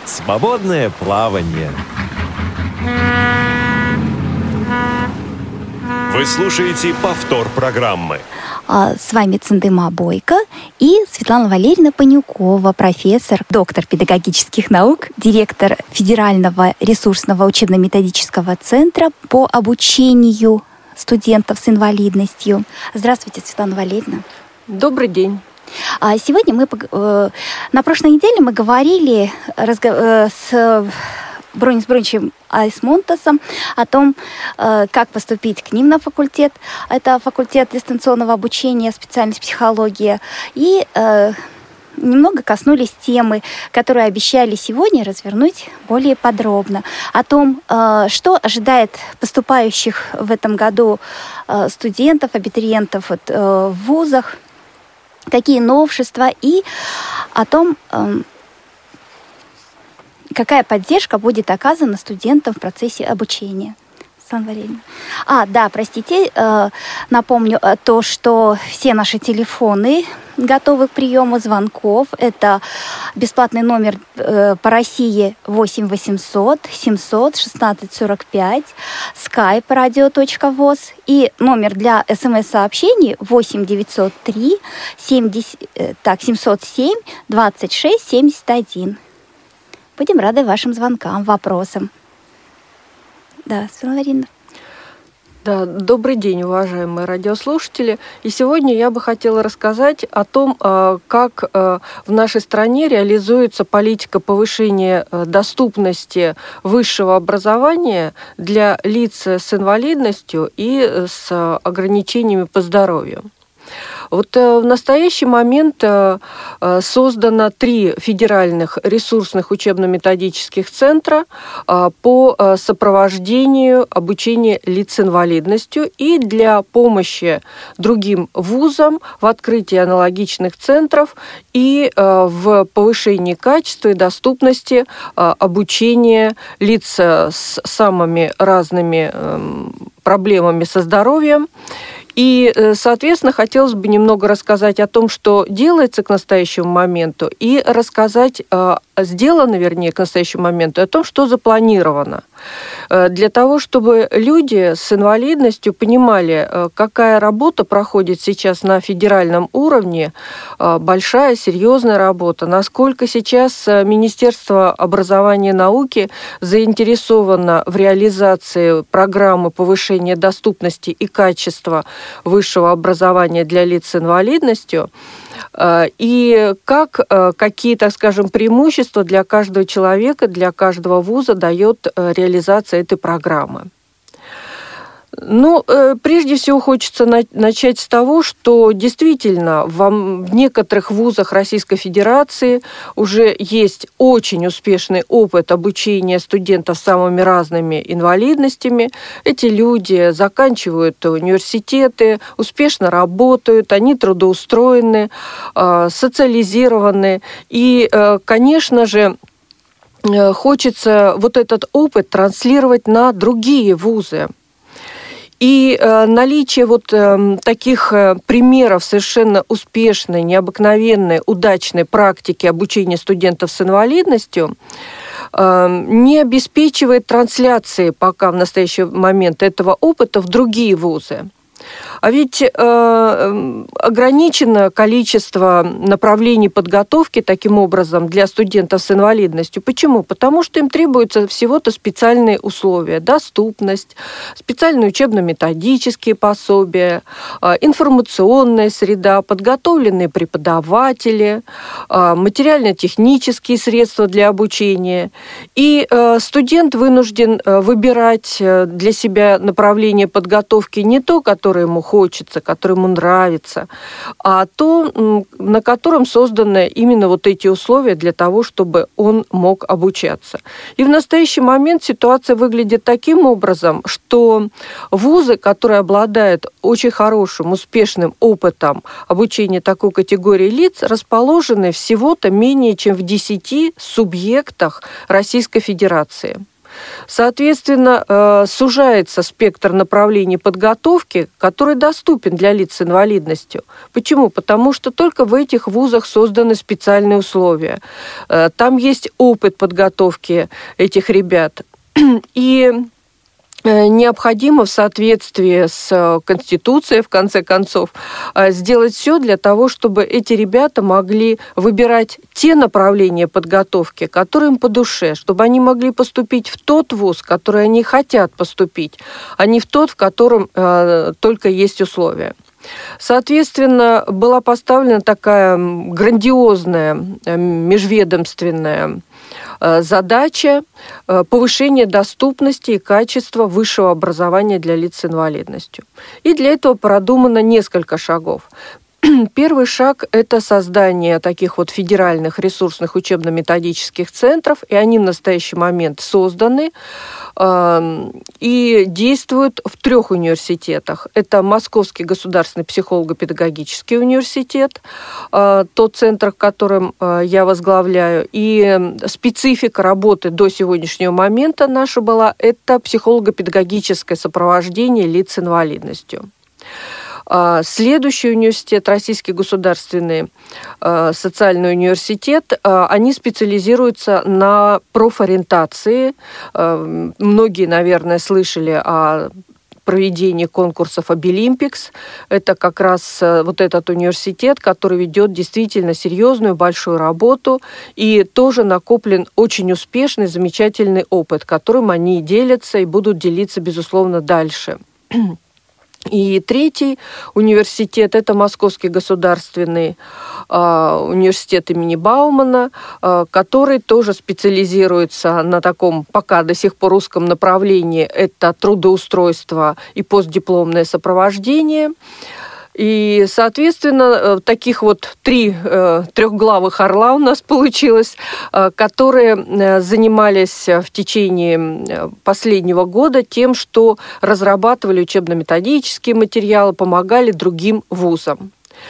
Свободное плавание. Вы слушаете повтор программы. С вами Цендыма Бойко и Светлана Валерьевна Панюкова, профессор, доктор педагогических наук, директор Федерального ресурсного учебно-методического центра по обучению студентов с инвалидностью. Здравствуйте, Светлана Валерьевна. Добрый день. Сегодня на прошлой неделе мы говорили с Бронис Броничем Айсмонтасом о том, как поступить к ним на факультет. Это факультет дистанционного обучения, специальность психология. И немного коснулись темы, которую обещали сегодня развернуть более подробно. О том, что ожидает поступающих в этом году студентов, абитуриентов в вузах, какие новшества, и о том, какая поддержка будет оказана студентам в процессе обучения. Светлана Валерьевна. Напомню то, что все наши телефоны готовы к приему звонков. Это бесплатный номер по России 8 800 700 16 45, skype radio.voz и номер для смс-сообщений 8 903 707 26 71. Будем рады вашим звонкам, вопросам. Да, Светлана Валерьевна. Да, добрый день, уважаемые радиослушатели. И сегодня я бы хотела рассказать о том, как в нашей стране реализуется политика повышения доступности высшего образования для лиц с инвалидностью и с ограничениями по здоровью. Вот в настоящий момент создано 3 федеральных ресурсных учебно-методических центра по сопровождению обучения лиц с инвалидностью и для помощи другим вузам в открытии аналогичных центров и в повышении качества и доступности обучения лиц с самыми разными проблемами со здоровьем. И, соответственно, хотелось бы немного рассказать о том, что делается к настоящему моменту, и рассказать, сделано, вернее, к настоящему моменту, о том, что запланировано. Для того, чтобы люди с инвалидностью понимали, какая работа проходит сейчас на федеральном уровне, большая, серьезная работа, насколько сейчас Министерство образования и науки заинтересовано в реализации программы повышения доступности и качества высшего образования для лиц с инвалидностью, и какие, так скажем, преимущества для каждого человека, для каждого вуза дает реализация этой программы. Прежде всего хочется начать с того, что действительно в некоторых вузах Российской Федерации уже есть очень успешный опыт обучения студентов с самыми разными инвалидностями. Эти люди заканчивают университеты, успешно работают, они трудоустроены, социализированы. И, конечно же, хочется вот этот опыт транслировать на другие вузы. И наличие таких примеров совершенно успешной, необыкновенной, удачной практики обучения студентов с инвалидностью не обеспечивает трансляции пока в настоящий момент этого опыта в другие вузы. А ведь ограничено количество направлений подготовки таким образом для студентов с инвалидностью. Почему? Потому что им требуются всего-то специальные условия: доступность, специальные учебно-методические пособия, информационная среда, подготовленные преподаватели, материально-технические средства для обучения. И студент вынужден выбирать для себя направление подготовки не то, которое ему хочется, которое ему нравится, а то, на котором созданы именно вот эти условия для того, чтобы он мог обучаться. И в настоящий момент ситуация выглядит таким образом, что вузы, которые обладают очень хорошим, успешным опытом обучения такой категории лиц, расположены всего-то менее чем в 10 субъектах Российской Федерации. Соответственно, сужается спектр направлений подготовки, который доступен для лиц с инвалидностью. Почему? Потому что только в этих вузах созданы специальные условия. Там есть опыт подготовки этих ребят. И необходимо в соответствии с Конституцией, в конце концов, сделать все для того, чтобы эти ребята могли выбирать те направления подготовки, которые им по душе, чтобы они могли поступить в тот вуз, в который они хотят поступить, а не в тот, в котором только есть условия. Соответственно, была поставлена такая грандиозная межведомственная задача повышения доступности и качества высшего образования для лиц с инвалидностью. И для этого продумано несколько шагов. Первый шаг – это создание таких вот федеральных ресурсных учебно-методических центров, и они в настоящий момент созданы и действуют в 3 университетах. Это Московский государственный психолого-педагогический университет, тот центр, которым я возглавляю, и специфика работы до сегодняшнего момента наша была – это психолого-педагогическое сопровождение лиц с инвалидностью. Следующий университет, Российский государственный социальный университет, они специализируются на профориентации. Многие, наверное, слышали о проведении конкурсов Обилимпикс. Это как раз вот этот университет, который ведет действительно серьезную, большую работу, и тоже накоплен очень успешный, замечательный опыт, которым они делятся и будут делиться, безусловно, дальше. И третий университет – это Московский государственный университет имени Баумана, который тоже специализируется на таком пока до сих пор узком направлении – это трудоустройство и постдипломное сопровождение. И, соответственно, таких вот 3 трехглавых орла у нас получилось, которые занимались в течение последнего года тем, что разрабатывали учебно-методические материалы, помогали другим вузам.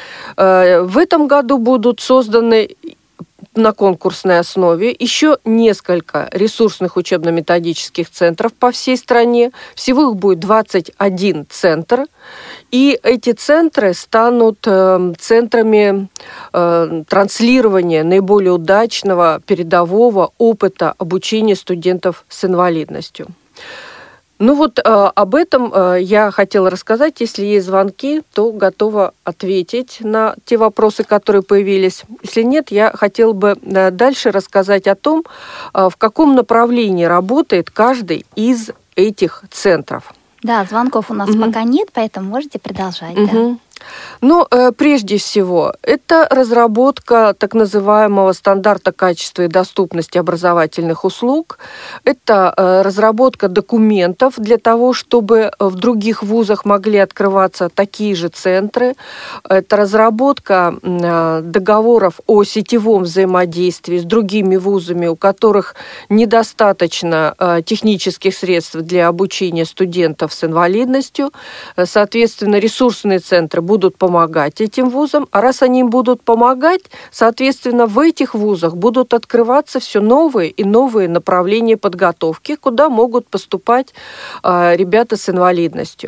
В этом году будут созданы на конкурсной основе еще несколько ресурсных учебно-методических центров по всей стране. Всего их будет 21 центр. И эти центры станут центрами транслирования наиболее удачного передового опыта обучения студентов с инвалидностью. Ну вот об этом я хотела рассказать. Если есть звонки, то готова ответить на те вопросы, которые появились. Если нет, я хотела бы дальше рассказать о том, в каком направлении работает каждый из этих центров. Да, звонков у нас пока нет, поэтому можете продолжать. Да. Но прежде всего, это разработка так называемого стандарта качества и доступности образовательных услуг. Это разработка документов для того, чтобы в других вузах могли открываться такие же центры. Это разработка договоров о сетевом взаимодействии с другими вузами, у которых недостаточно технических средств для обучения студентов с инвалидностью. Соответственно, ресурсные центры будут помогать этим вузам, а раз они им будут помогать, соответственно, в этих вузах будут открываться все новые и новые направления подготовки, куда могут поступать ребята с инвалидностью.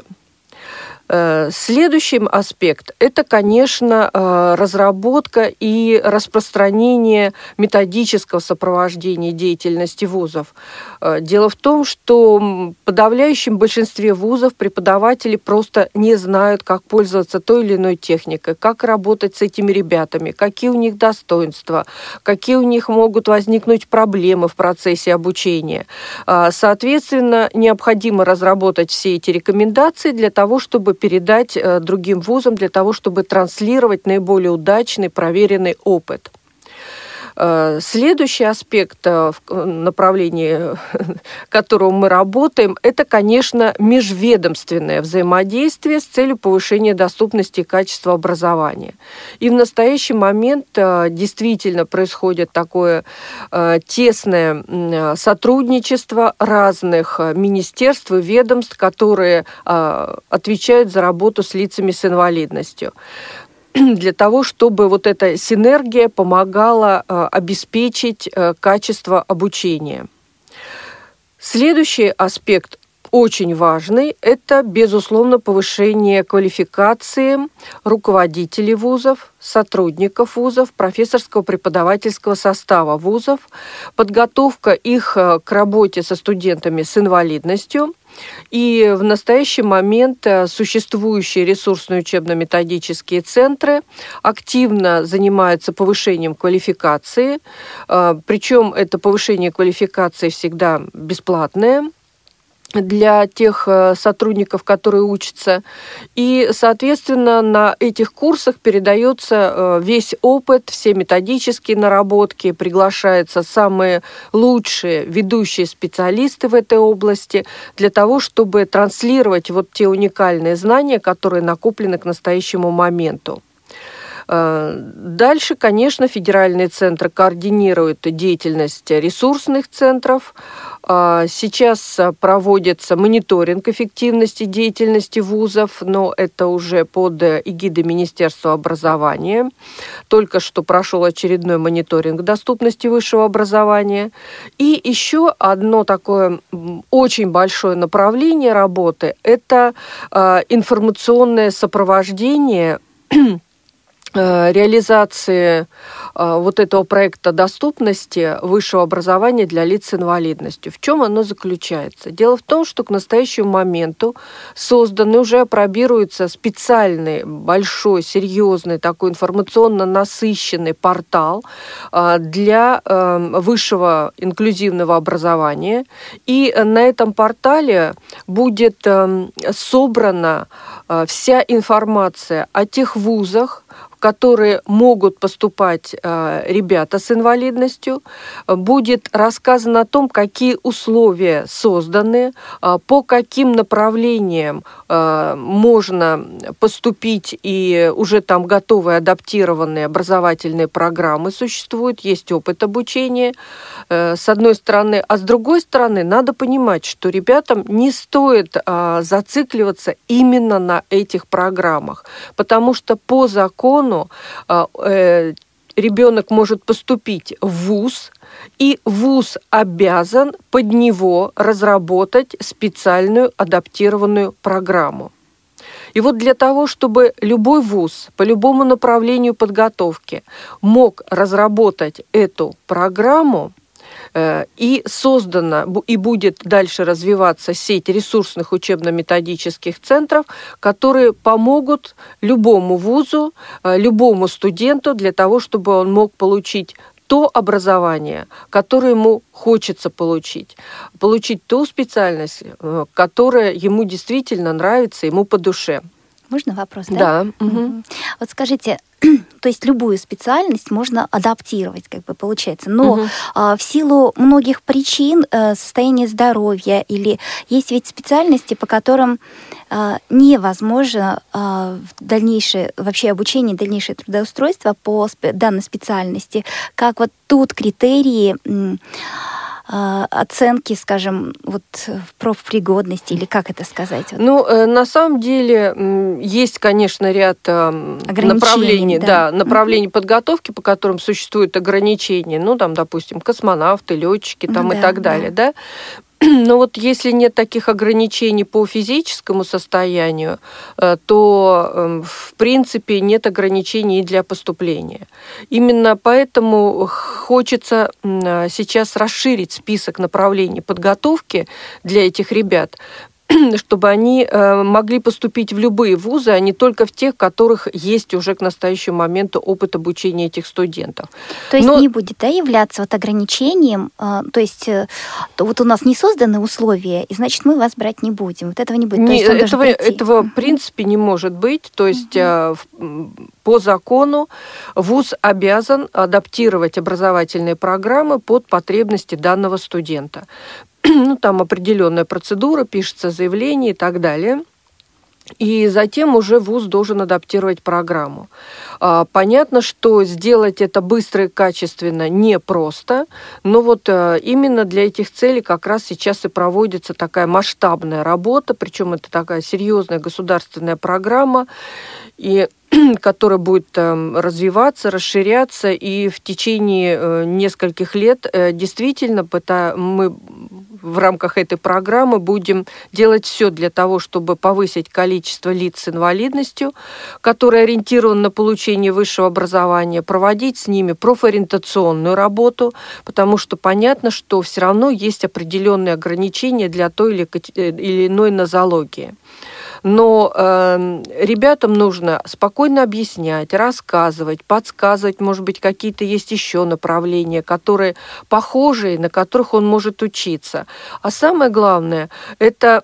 Следующий аспект – это, конечно, разработка и распространение методического сопровождения деятельности вузов. Дело в том, что в подавляющем большинстве вузов преподаватели просто не знают, как пользоваться той или иной техникой, как работать с этими ребятами, какие у них достоинства, какие у них могут возникнуть проблемы в процессе обучения. Соответственно, необходимо разработать все эти рекомендации для того, чтобы передать другим вузам, для того, чтобы транслировать наиболее удачный, проверенный опыт. Следующий аспект в направлении, которым мы работаем, это, конечно, межведомственное взаимодействие с целью повышения доступности и качества образования. И в настоящий момент действительно происходит такое тесное сотрудничество разных министерств и ведомств, которые отвечают за работу с лицами с инвалидностью, для того, чтобы вот эта синергия помогала обеспечить качество обучения. Следующий аспект очень важный – это, безусловно, повышение квалификации руководителей вузов, сотрудников вузов, профессорского преподавательского состава вузов, подготовка их к работе со студентами с инвалидностью. И в настоящий момент существующие ресурсные учебно-методические центры активно занимаются повышением квалификации, причем это повышение квалификации всегда бесплатное для тех сотрудников, которые учатся. И, соответственно, на этих курсах передается весь опыт, все методические наработки, приглашаются самые лучшие ведущие специалисты в этой области для того, чтобы транслировать вот те уникальные знания, которые накоплены к настоящему моменту. Дальше, конечно, федеральные центры координируют деятельность ресурсных центров. Сейчас проводится мониторинг эффективности деятельности вузов, но это уже под эгидой Министерства образования. Только что прошел очередной мониторинг доступности высшего образования. И еще одно такое очень большое направление работы – это информационное сопровождение реализации вот этого проекта доступности высшего образования для лиц с инвалидностью. В чем оно заключается? Дело в том, что к настоящему моменту создан и уже апробируется специальный, большой, серьезный, такой информационно насыщенный портал для высшего инклюзивного образования. И на этом портале будет собрана вся информация о тех вузах, в которые могут поступать ребята с инвалидностью. Будет рассказано о том, какие условия созданы, по каким направлениям можно поступить, и уже там готовые адаптированные образовательные программы существуют, есть опыт обучения, с одной стороны. А с другой стороны, надо понимать, что ребятам не стоит зацикливаться именно на этих программах, потому что по закону ребенок может поступить в вуз, и вуз обязан под него разработать специальную адаптированную программу. И вот для того, чтобы любой вуз по любому направлению подготовки мог разработать эту программу, и создана и будет дальше развиваться сеть ресурсных учебно-методических центров, которые помогут любому вузу, любому студенту для того, чтобы он мог получить то образование, которое ему хочется получить ту специальность, которая ему действительно нравится, ему по душе. Можно вопрос, да? Да. Угу. Вот скажите, то есть любую специальность можно адаптировать, как бы получается, но в силу многих причин, состояния здоровья, или есть ведь специальности, по которым невозможно дальнейшее вообще обучение, дальнейшее трудоустройство по данной специальности. Как вот тут критерии оценки, скажем, вот профпригодности, или как это сказать? Ну, на самом деле есть, конечно, ряд направлений, направлений подготовки, по которым существуют ограничения. Ну, там, допустим, космонавты, летчики, там, и так далее, да. Но вот если нет таких ограничений по физическому состоянию, то, в принципе, нет ограничений и для поступления. Именно поэтому хочется сейчас расширить список направлений подготовки для этих ребят, чтобы они могли поступить в любые вузы, а не только в тех, в которых есть уже к настоящему моменту опыт обучения этих студентов. То есть не будет, да, являться вот ограничением, то есть вот у нас не созданы условия, и значит мы вас брать не будем. Вот этого не будет. Этого в принципе не может быть. То есть по закону вуз обязан адаптировать образовательные программы под потребности данного студента. Ну, там определенная процедура, пишется заявление и так далее. И затем уже вуз должен адаптировать программу. Понятно, что сделать это быстро и качественно непросто, но вот именно для этих целей как раз сейчас и проводится такая масштабная работа, причем это такая серьезная государственная программа, и которая будет развиваться, расширяться, и в течение нескольких лет действительно мы в рамках этой программы будем делать все для того, чтобы повысить количество лиц с инвалидностью, которые ориентированы на получение высшего образования, проводить с ними профориентационную работу, потому что понятно, что все равно есть определенные ограничения для той или иной нозологии. Но ребятам нужно спокойно объяснять, рассказывать, подсказывать, может быть, какие-то есть еще направления, которые похожие, на которых он может учиться. А самое главное, это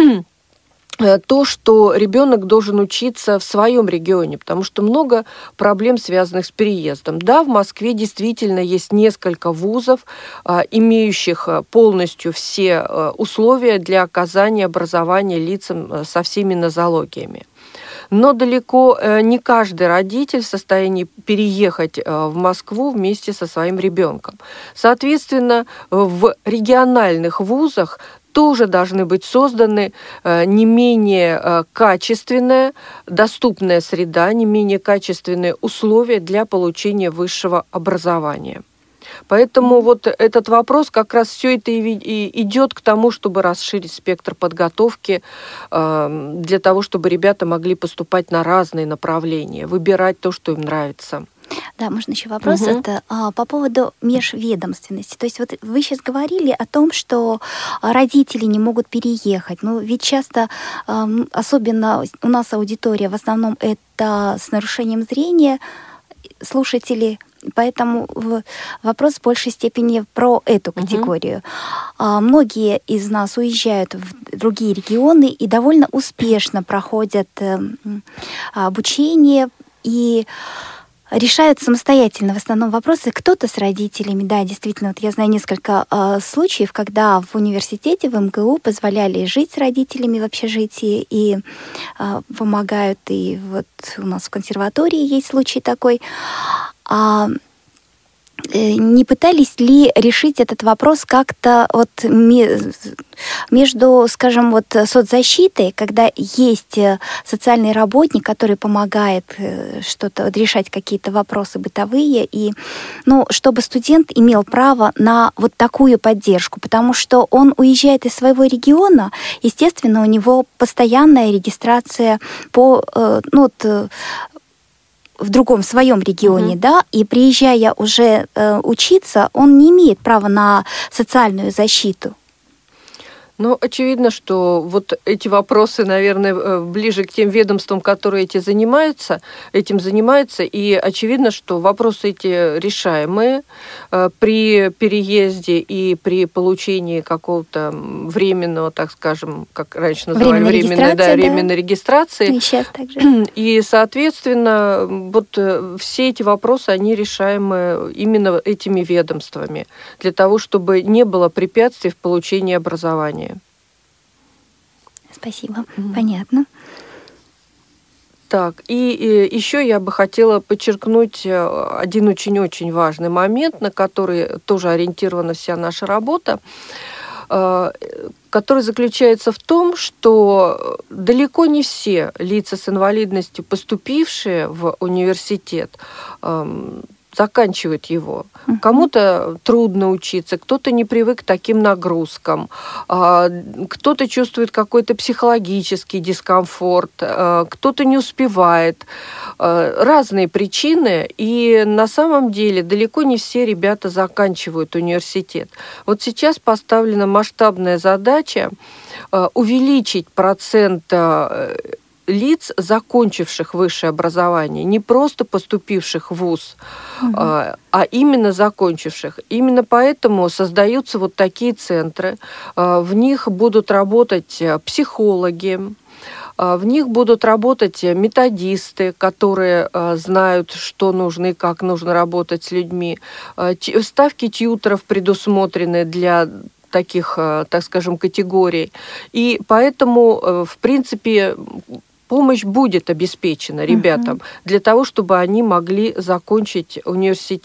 то, что ребенок должен учиться в своем регионе, потому что много проблем, связанных с переездом. Да, в Москве действительно есть несколько вузов, имеющих полностью все условия для оказания образования лицам со всеми нозологиями. Но далеко не каждый родитель в состоянии переехать в Москву вместе со своим ребенком. Соответственно, в региональных вузах тоже должны быть созданы не менее качественная, доступная среда, не менее качественные условия для получения высшего образования. Поэтому вот этот вопрос, как раз все это и идет к тому, чтобы расширить спектр подготовки для того, чтобы ребята могли поступать на разные направления, выбирать то, что им нравится. Да, можно еще вопрос. Это по поводу межведомственности. То есть вот вы сейчас говорили о том, что родители не могут переехать. Но ведь часто, особенно у нас аудитория, в основном это с нарушением зрения слушатели. Поэтому вопрос в большей степени про эту категорию. Многие из нас уезжают в другие регионы и довольно успешно проходят обучение и решают самостоятельно в основном вопросы. Кто-то с родителями, да, действительно, вот я знаю несколько случаев, когда в университете, в МГУ позволяли жить с родителями в общежитии и помогают. И вот у нас в консерватории есть случай такой. Не пытались ли решить этот вопрос как-то вот между, скажем, вот соцзащитой, когда есть социальный работник, который помогает что-то решать какие-то вопросы бытовые, и, чтобы студент имел право на вот такую поддержку, потому что он уезжает из своего региона, естественно, у него постоянная регистрация по, в другом своем регионе, да, и приезжая уже учиться, он не имеет права на социальную защиту. Очевидно, что вот эти вопросы, наверное, ближе к тем ведомствам, которые этим занимаются, и очевидно, что вопросы эти решаемые при переезде и при получении какого-то временного, так скажем, как раньше называли, временной регистрации. И сейчас также. И, соответственно, вот все эти вопросы, они решаемы именно этими ведомствами, для того, чтобы не было препятствий в получении образования. Спасибо. Понятно. Так, и еще я бы хотела подчеркнуть один очень-очень важный момент, на который тоже ориентирована вся наша работа, который заключается в том, что далеко не все лица с инвалидностью, поступившие в университет, заканчивают его. Кому-то трудно учиться, кто-то не привык к таким нагрузкам, кто-то чувствует какой-то психологический дискомфорт, кто-то не успевает. Разные причины, и на самом деле далеко не все ребята заканчивают университет. Вот сейчас поставлена масштабная задача увеличить процент лиц, закончивших высшее образование, не просто поступивших в вуз, а именно закончивших. Именно поэтому создаются вот такие центры. В них будут работать психологи, в них будут работать методисты, которые знают, что нужно и как нужно работать с людьми. Ставки тьюторов предусмотрены для таких, так скажем, категорий. И поэтому, в принципе, помощь будет обеспечена ребятам для того, чтобы они могли закончить университет.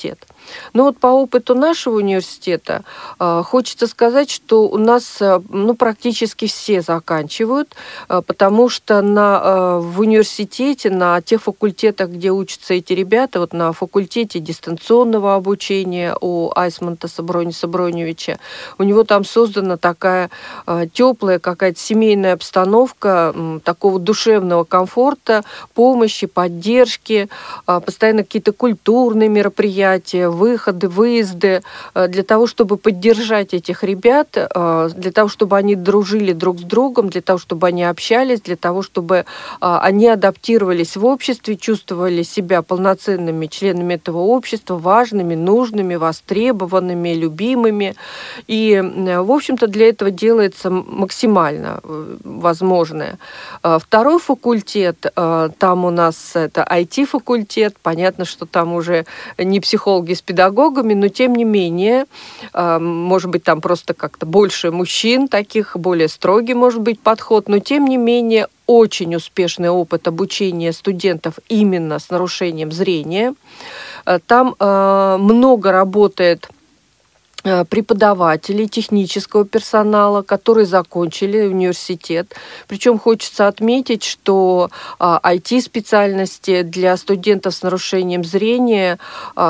Но вот по опыту нашего университета хочется сказать, что у нас практически все заканчивают, потому что в университете, на тех факультетах, где учатся эти ребята, вот на факультете дистанционного обучения у Айсмонтаса Брониса Броневича, у него там создана такая теплая какая-то семейная обстановка, такого душевного комфорта, помощи, поддержки, постоянно какие-то культурные мероприятия, выходы, выезды, для того, чтобы поддержать этих ребят, для того, чтобы они дружили друг с другом, для того, чтобы они общались, для того, чтобы они адаптировались в обществе, чувствовали себя полноценными членами этого общества, важными, нужными, востребованными, любимыми. И, в общем-то, для этого делается максимально возможное. Второй факультет, там у нас это IT-факультет, понятно, что там уже не психологи с педагогами, но тем не менее, может быть, там просто как-то больше мужчин таких, более строгий может быть подход, но тем не менее очень успешный опыт обучения студентов именно с нарушением зрения. Там много работает преподавателей, технического персонала, которые закончили университет. Причем хочется отметить, что IT-специальности для студентов с нарушением зрения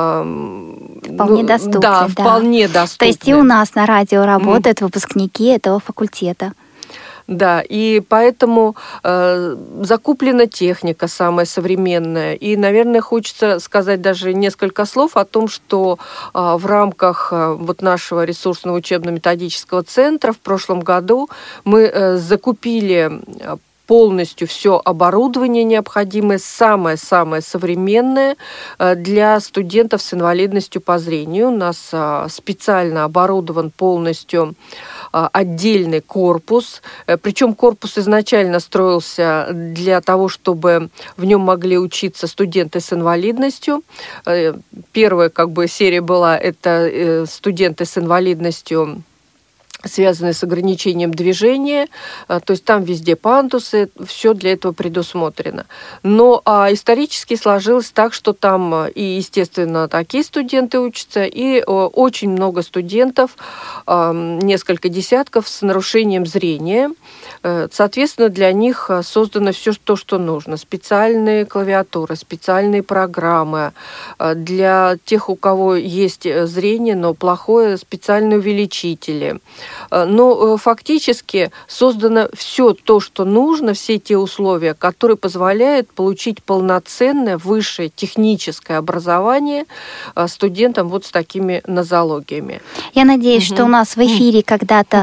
вполне доступны. Да, вполне доступны. То есть и у нас на радио работают выпускники этого факультета. Да, и поэтому закуплена техника самая современная. И, наверное, хочется сказать даже несколько слов о том, что в рамках вот нашего ресурсного учебно-методического центра в прошлом году мы закупили полностью все оборудование необходимое, самое-самое современное для студентов с инвалидностью по зрению. У нас специально оборудован полностью отдельный корпус. Причем корпус изначально строился для того, чтобы в нем могли учиться студенты с инвалидностью. Первая серия была это студенты с инвалидностью, связанные с ограничением движения, то есть там везде пандусы, все для этого предусмотрено. Но исторически сложилось так, что там и, естественно, такие студенты учатся, и очень много студентов, несколько десятков с нарушением зрения. Соответственно, для них создано все то, что нужно. Специальные клавиатуры, специальные программы. Для тех, у кого есть зрение, но плохое, специальные увеличители. Но фактически создано все то, что нужно, все те условия, которые позволяют получить полноценное высшее техническое образование студентам вот с такими нозологиями. Я надеюсь, что у нас в эфире когда-то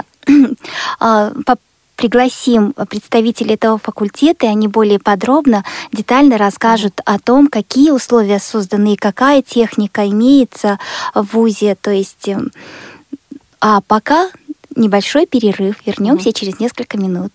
пригласим представителей этого факультета, и они более подробно, детально расскажут о том, какие условия созданы и какая техника имеется в вузе. То есть, а пока небольшой перерыв. Вернемся через несколько минут.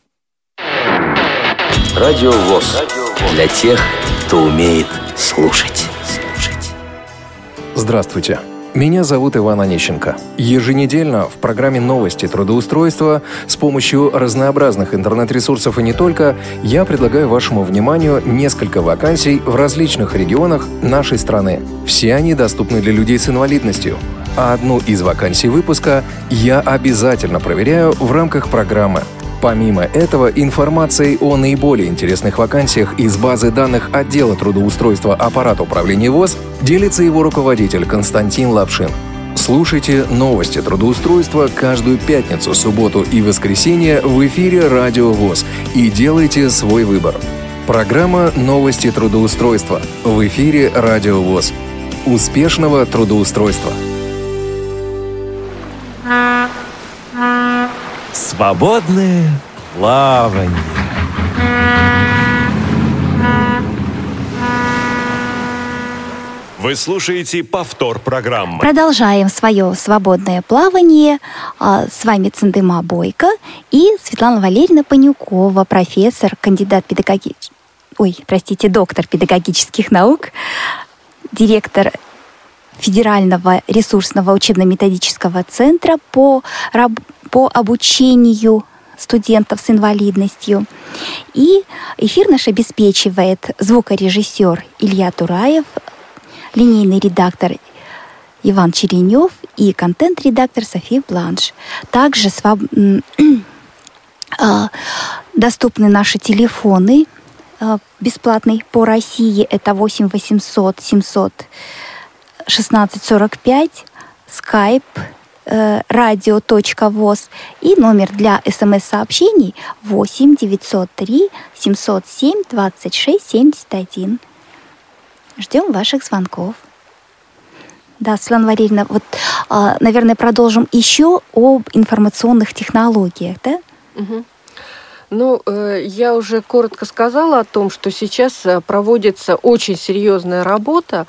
Радио ВОС. Для тех, кто умеет слушать. Здравствуйте. Меня зовут Иван Онищенко. Еженедельно в программе «Новости трудоустройства» с помощью разнообразных интернет-ресурсов и не только я предлагаю вашему вниманию несколько вакансий в различных регионах нашей страны. Все они доступны для людей с инвалидностью. А одну из вакансий выпуска я обязательно проверяю в рамках программы. Помимо этого, информацией о наиболее интересных вакансиях из базы данных отдела трудоустройства аппарата управления ВОС делится его руководитель Константин Лапшин. Слушайте новости трудоустройства каждую пятницу, субботу и воскресенье в эфире Радио ВОС и делайте свой выбор. Программа «Новости трудоустройства» в эфире Радио ВОС. Успешного трудоустройства! Свободное плавание. Вы слушаете повтор программы. Продолжаем свое свободное плавание. С вами Цендыма Бойко и Светлана Валерьевна Панюкова, профессор, доктор педагогических наук, директор Федерального ресурсного учебно-методического центра по обучению студентов с инвалидностью. И эфир наш обеспечивает звукорежиссер Илья Тураев, линейный редактор Иван Черенев и контент-редактор София Бланш. Также доступны наши телефоны бесплатные по России. Это 8 800 700 16 45, skype radio.voz и номер для СМС-сообщений 8 903 707 26 71. Ждем ваших звонков. Да, Светлана Валерьевна, наверное, продолжим еще об информационных технологиях, да? Угу. Я уже коротко сказала о том, что сейчас проводится очень серьезная работа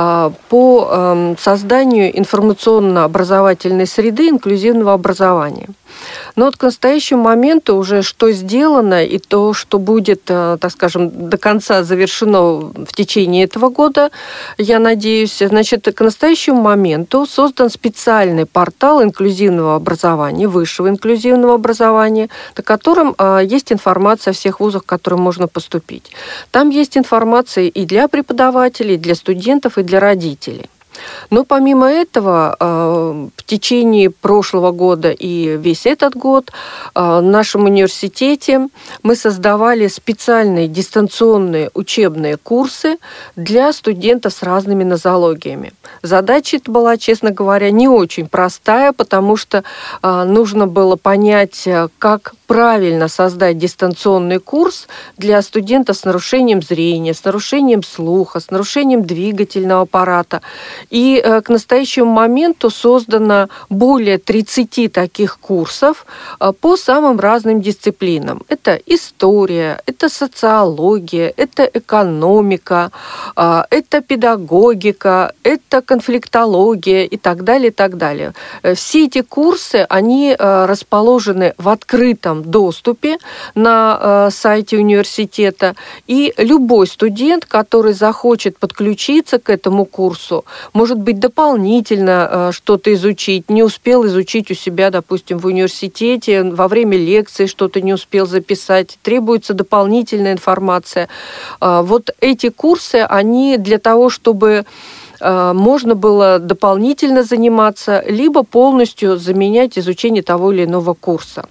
по созданию информационно-образовательной среды инклюзивного образования. Но к настоящему моменту уже что сделано и то, что будет, так скажем, до конца завершено в течение этого года, я надеюсь, к настоящему моменту создан специальный портал инклюзивного образования, высшего инклюзивного образования, на котором есть информация о всех вузах, в которые можно поступить. Там есть информация и для преподавателей, и для студентов, и для родителей. Но помимо этого, в течение прошлого года и весь этот год в нашем университете мы создавали специальные дистанционные учебные курсы для студентов с разными нозологиями. Задача эта была, честно говоря, не очень простая, потому что нужно было понять, как правильно создать дистанционный курс для студентов с нарушением зрения, с нарушением слуха, с нарушением двигательного аппарата. И к настоящему моменту создано более 30 таких курсов по самым разным дисциплинам. Это история, это социология, это экономика, это педагогика, это конфликтология и так далее, и так далее. Все эти курсы, они расположены в открытом доступе на сайте университета, и любой студент, который захочет подключиться к этому курсу, может быть, дополнительно что-то изучить, не успел изучить у себя, допустим, в университете, во время лекции что-то не успел записать, требуется дополнительная информация. Вот эти курсы, они для того, чтобы можно было дополнительно заниматься, либо полностью заменять изучение того или иного курса.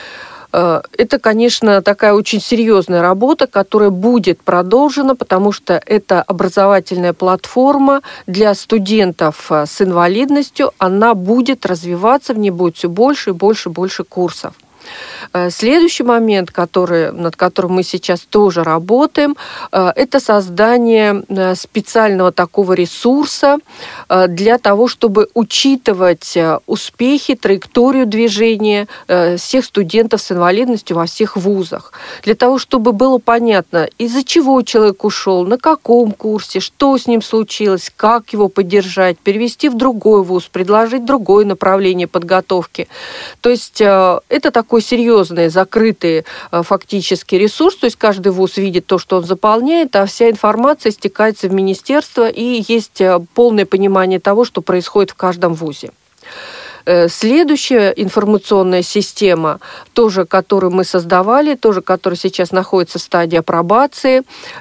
Это, конечно, такая очень серьезная работа, которая будет продолжена, потому что это образовательная платформа для студентов с инвалидностью. Она будет развиваться, в ней будет все больше и больше и больше курсов. Следующий момент, над которым мы сейчас тоже работаем, это создание специального такого ресурса для того, чтобы учитывать успехи, траекторию движения всех студентов с инвалидностью во всех вузах. Для того, чтобы было понятно, из-за чего человек ушел, на каком курсе, что с ним случилось, как его поддержать, перевести в другой вуз, предложить другое направление подготовки. То есть это такой серьезный, закрытый фактически ресурс, то есть каждый вуз видит то, что он заполняет, а вся информация стекается в министерство, и есть полное понимание того, что происходит в каждом вузе. Следующая информационная система, тоже которую мы создавали, тоже которая сейчас находится в стадии апробации,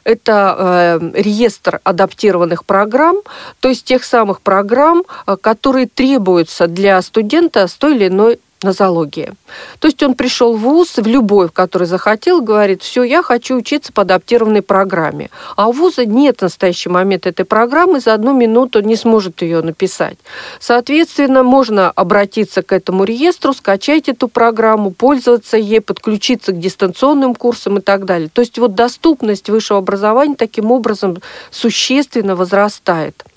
это реестр адаптированных программ, то есть тех самых программ, которые требуются для студента с той или иной нозологии. То есть он пришел в вуз, в любой, в который захотел, говорит: все, я хочу учиться по адаптированной программе. А у вуза нет в настоящий момент этой программы, за 1 минуту не сможет ее написать. Соответственно, можно обратиться к этому реестру, скачать эту программу, пользоваться ей, подключиться к дистанционным курсам и так далее. То есть вот доступность высшего образования таким образом существенно возрастает.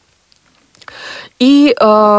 И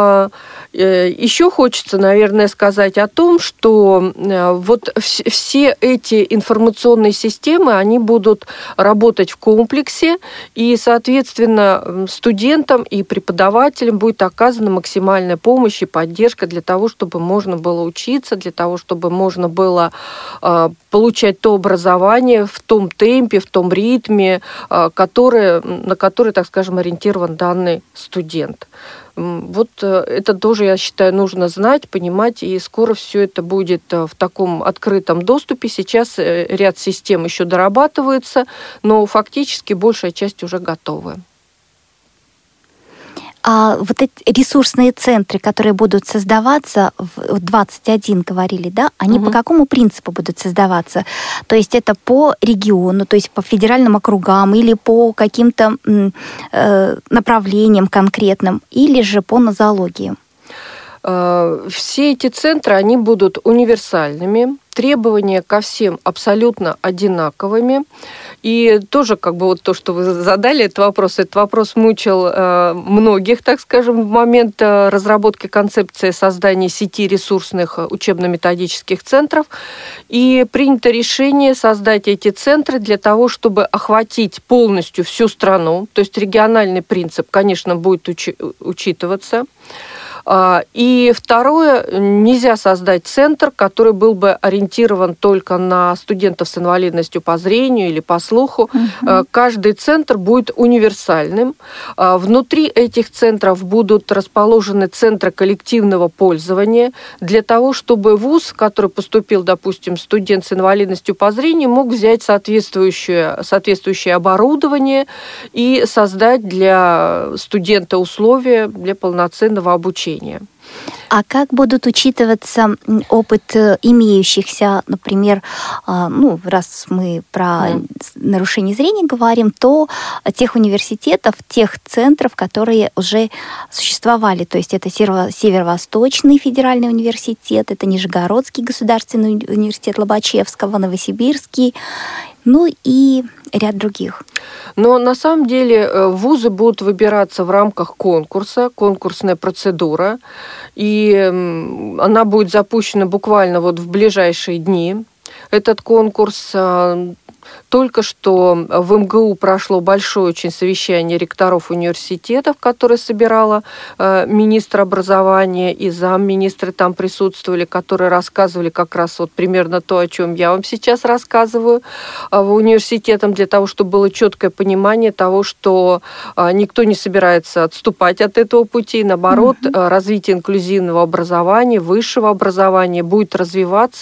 еще хочется, наверное, сказать о том, что вот все эти информационные системы, они будут работать в комплексе, и, соответственно, студентам и преподавателям будет оказана максимальная помощь и поддержка для того, чтобы можно было учиться, для того, чтобы можно было получать то образование в том темпе, в том ритме, на который, так скажем, ориентирован данный студент. Вот это тоже, я считаю, нужно знать, понимать, и скоро все это будет в таком открытом доступе. Сейчас ряд систем еще дорабатывается, но фактически большая часть уже готова. А вот эти ресурсные центры, которые будут создаваться, в 21 говорили, да, они по какому принципу будут создаваться? То есть это по региону, то есть по федеральным округам или по каким-то направлениям конкретным, или же по нозологии? Все эти центры, они будут универсальными, требования ко всем абсолютно одинаковыми. И тоже вот то, что вы задали этот вопрос мучил многих, так скажем, в момент разработки концепции создания сети ресурсных учебно-методических центров. И принято решение создать эти центры для того, чтобы охватить полностью всю страну. То есть региональный принцип, конечно, будет учитываться. И второе, нельзя создать центр, который был бы ориентирован только на студентов с инвалидностью по зрению или по слуху. Каждый центр будет универсальным. Внутри этих центров будут расположены центры коллективного пользования для того, чтобы вуз, в который поступил, допустим, студент с инвалидностью по зрению, мог взять соответствующее оборудование и создать для студента условия для полноценного обучения. А как будут учитываться опыт имеющихся, например, раз мы про нарушение зрения говорим, то тех университетов, тех центров, которые уже существовали. То есть это Северо-Восточный федеральный университет, это Нижегородский государственный университет Лобачевского, Новосибирский, и ряд других. Но на самом деле вузы будут выбираться в рамках конкурса, конкурсная процедура, и она будет запущена буквально в ближайшие дни. Этот конкурс только что в МГУ прошло большое очень совещание ректоров университетов, которое собирало министр образования и замминистра там присутствовали, которые рассказывали как раз примерно то, о чем я вам сейчас рассказываю в университетам, для того, чтобы было четкое понимание того, что никто не собирается отступать от этого пути. Наоборот, развитие инклюзивного образования, высшего образования будет развиваться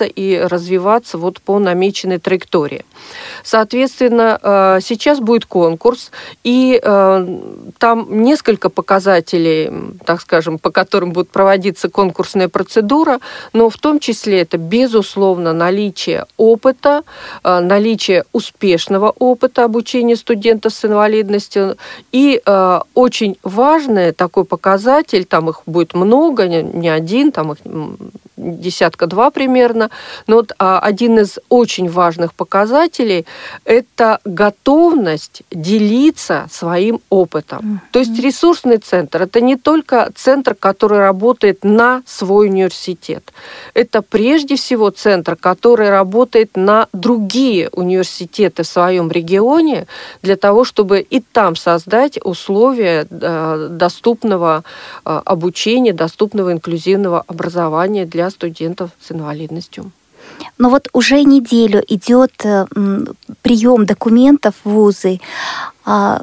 по намеченной траектории. Соответственно, сейчас будет конкурс, и там несколько показателей, так скажем, по которым будет проводиться конкурсная процедура, но в том числе это, безусловно, наличие опыта, наличие успешного опыта обучения студентов с инвалидностью. И очень важный такой показатель, там их будет много, не один, там их десятка-два примерно, но один из очень важных показателей – это готовность делиться своим опытом. То есть ресурсный центр – это не только центр, который работает на свой университет. Это прежде всего центр, который работает на другие университеты в своем регионе для того, чтобы и там создать условия доступного обучения, доступного инклюзивного образования для студентов с инвалидностью. Но уже неделю идет прием документов в вузы. Я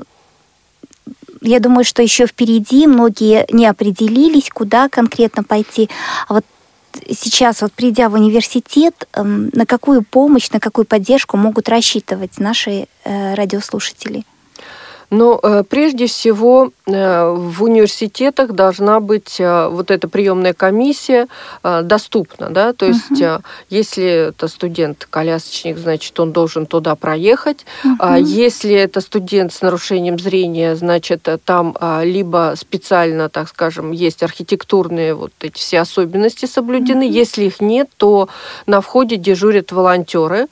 думаю, что еще впереди многие не определились, куда конкретно пойти. А сейчас, придя в университет, на какую помощь, на какую поддержку могут рассчитывать наши радиослушатели? Но прежде всего в университетах должна быть эта приемная комиссия доступна. Да? То есть если это студент-колясочник, значит, он должен туда проехать. Если это студент с нарушением зрения, значит, там либо специально, так скажем, есть архитектурные эти все особенности соблюдены. Если их нет, то на входе дежурят волонтеры.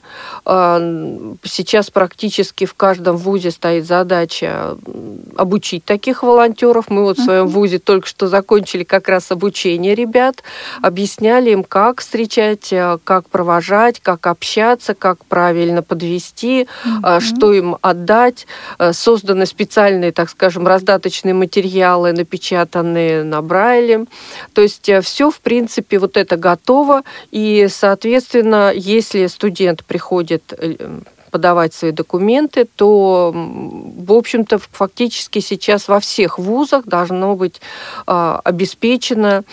Сейчас практически в каждом вузе стоит задача обучить таких волонтеров. Мы в своем вузе только что закончили как раз обучение ребят, объясняли им, как встречать, как провожать, как общаться, как правильно подвести, что им отдать. Созданы специальные, так скажем, раздаточные материалы, напечатанные на Брайле. То есть все, в принципе, это готово. И, соответственно, если студент приходит подавать свои документы, то, в общем-то, фактически сейчас во всех вузах должно быть обеспечено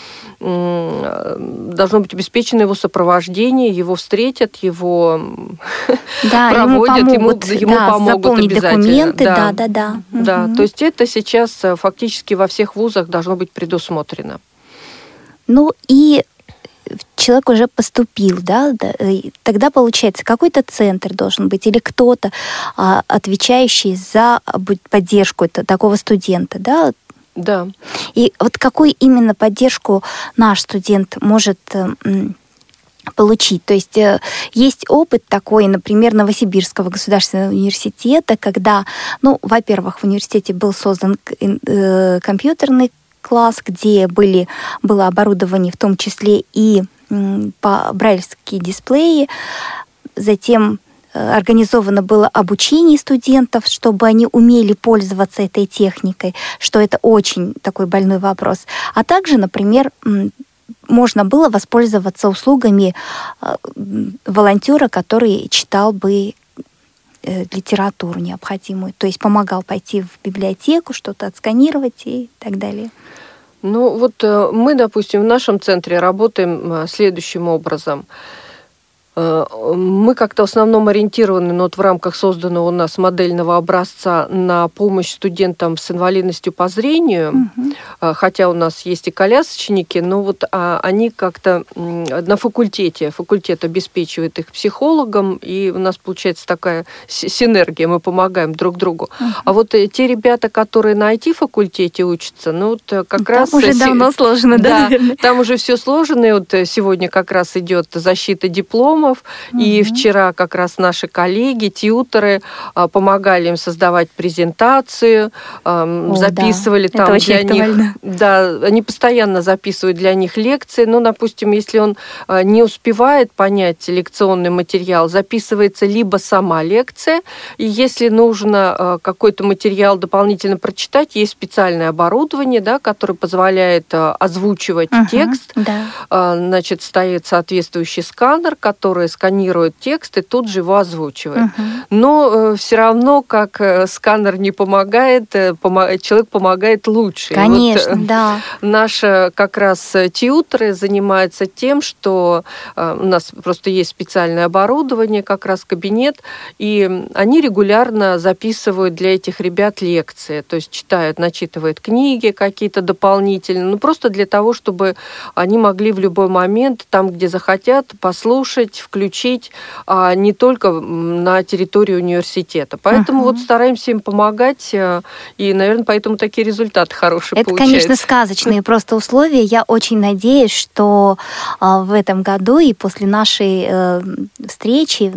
его сопровождение, его встретят, его проводят, ему помогут обязательно. Документы, да. Да, то есть это сейчас фактически во всех вузах должно быть предусмотрено. Ну и человек уже поступил, да, тогда получается какой-то центр должен быть или кто-то, отвечающий за поддержку такого студента, да? Да. И вот какую именно поддержку наш студент может получить? То есть есть опыт такой, например, Новосибирского государственного университета, когда, во-первых, в университете был создан компьютерный класс, где было оборудование, в том числе и брайлевские дисплеи. Затем организовано было обучение студентов, чтобы они умели пользоваться этой техникой, что это очень такой больной вопрос. А также, например, можно было воспользоваться услугами волонтера, который читал бы литературу необходимую, то есть помогал пойти в библиотеку, что-то отсканировать и так далее. Мы, допустим, в нашем центре работаем следующим образом. Мы как-то в основном ориентированы, в рамках созданного у нас модельного образца на помощь студентам с инвалидностью по зрению, хотя у нас есть и колясочники, но они как-то на факультет обеспечивает их психологом, и у нас получается такая синергия, мы помогаем друг другу. А те ребята, которые на IT-факультете учатся, как раз... Там уже давно сложно, да? Там уже все сложно, и сегодня как раз идет защита дипломов, и вчера как раз наши коллеги, тьюторы, помогали им создавать презентацию, записывали там для них... Да, они постоянно записывают для них лекции. Допустим, если он не успевает понять лекционный материал, записывается либо сама лекция, и если нужно какой-то материал дополнительно прочитать, есть специальное оборудование, да, которое позволяет озвучивать текст. Значит, стоит соответствующий сканер, который сканирует текст и тут же его озвучивает. Но все равно, как сканер не помогает, человек помогает лучше. Конечно, да. Наши как раз тьюторы занимаются тем, что у нас просто есть специальное оборудование, как раз кабинет, и они регулярно записывают для этих ребят лекции, то есть начитывают книги какие-то дополнительные, просто для того, чтобы они могли в любой момент, там, где захотят, послушать, включить, а не только на территории университета. Поэтому стараемся им помогать, и, наверное, поэтому такие результаты хорошие получаются. Это, конечно, сказочные просто условия. Я очень надеюсь, что в этом году и после нашей встречи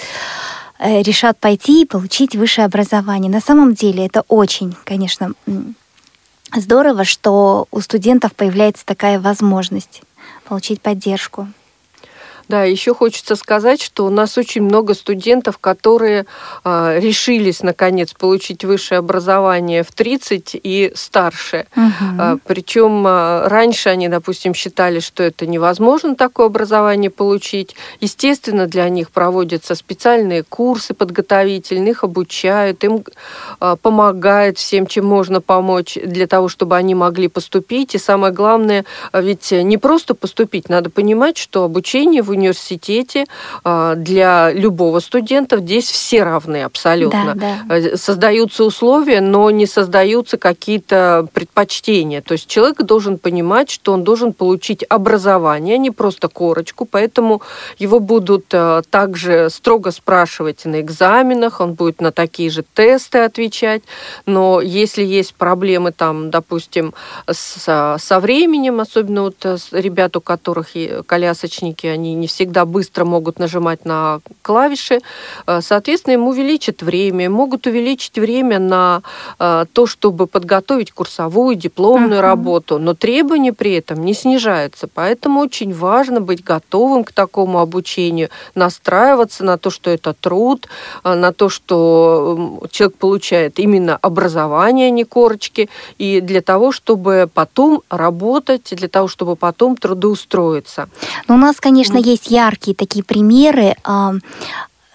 решат пойти и получить высшее образование. На самом деле это очень, конечно, здорово, что у студентов появляется такая возможность получить поддержку. Да, еще хочется сказать, что у нас очень много студентов, которые решились, наконец, получить высшее образование в 30 и старше. Причем раньше они, допустим, считали, что это невозможно такое образование получить. Естественно, для них проводятся специальные курсы подготовительные, их обучают, им помогают всем, чем можно помочь, для того, чтобы они могли поступить. И самое главное, ведь не просто поступить, надо понимать, что обучение в университете для любого студента здесь все равны абсолютно. Да. Создаются условия, но не создаются какие-то предпочтения. То есть человек должен понимать, что он должен получить образование, а не просто корочку, поэтому его будут также строго спрашивать на экзаменах, он будет на такие же тесты отвечать, но если есть проблемы там, допустим, со временем, особенно ребят, у которых колясочники, они не всегда быстро могут нажимать на клавиши, соответственно, им увеличат время, могут увеличить время на то, чтобы подготовить курсовую, дипломную работу, но требования при этом не снижаются. Поэтому очень важно быть готовым к такому обучению, настраиваться на то, что это труд, на то, что человек получает именно образование, а не корочки, и для того, чтобы потом работать, для того, чтобы потом трудоустроиться. Но у нас, конечно, есть яркие такие примеры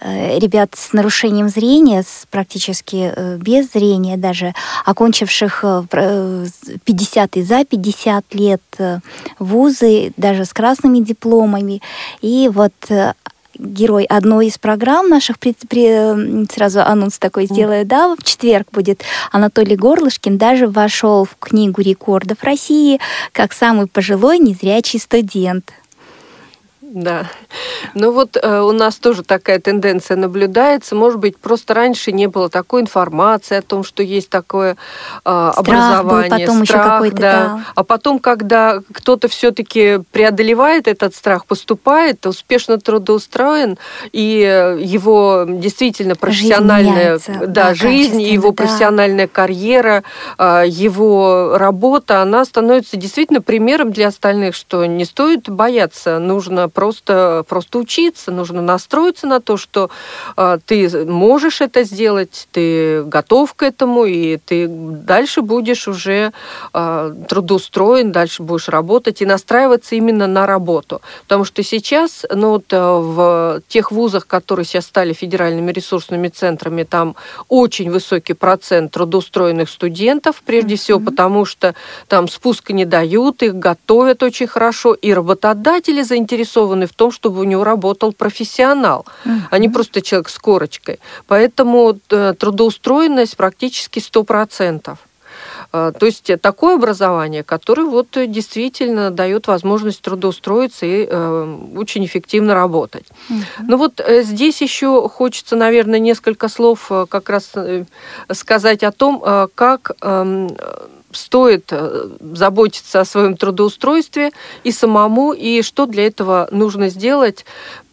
ребят с нарушением зрения, практически без зрения даже, окончивших 50 и за 50 лет вузы, даже с красными дипломами. И вот герой одной из программ наших, сразу анонс такой сделаю, да, в четверг будет, Анатолий Горлышкин, даже вошел в книгу рекордов России как самый пожилой незрячий студент. Да. Ну вот у нас тоже такая тенденция наблюдается. Может быть, просто раньше не было такой информации о том, что есть такое образование. Страх был потом еще какой-то, да. А потом, когда кто-то все-таки преодолевает этот страх, поступает, успешно трудоустроен, и его действительно профессиональная жизнь, его профессиональная карьера, его работа, она становится действительно примером для остальных, что не стоит бояться, нужно просто учиться, нужно настроиться на то, что ты можешь это сделать, ты готов к этому, и ты дальше будешь уже трудоустроен, дальше будешь работать и настраиваться именно на работу. Потому что сейчас, в тех вузах, которые сейчас стали федеральными ресурсными центрами, там очень высокий процент трудоустроенных студентов, прежде всего, потому что там спуска не дают, их готовят очень хорошо, и работодатели заинтересованы в том, чтобы у него работал профессионал, а не просто человек с корочкой. Поэтому трудоустроенность практически 100%. То есть такое образование, которое действительно дает возможность трудоустроиться и очень эффективно работать. Но здесь еще хочется, наверное, несколько слов как раз сказать о том, как стоит заботиться о своем трудоустройстве и самому, и что для этого нужно сделать,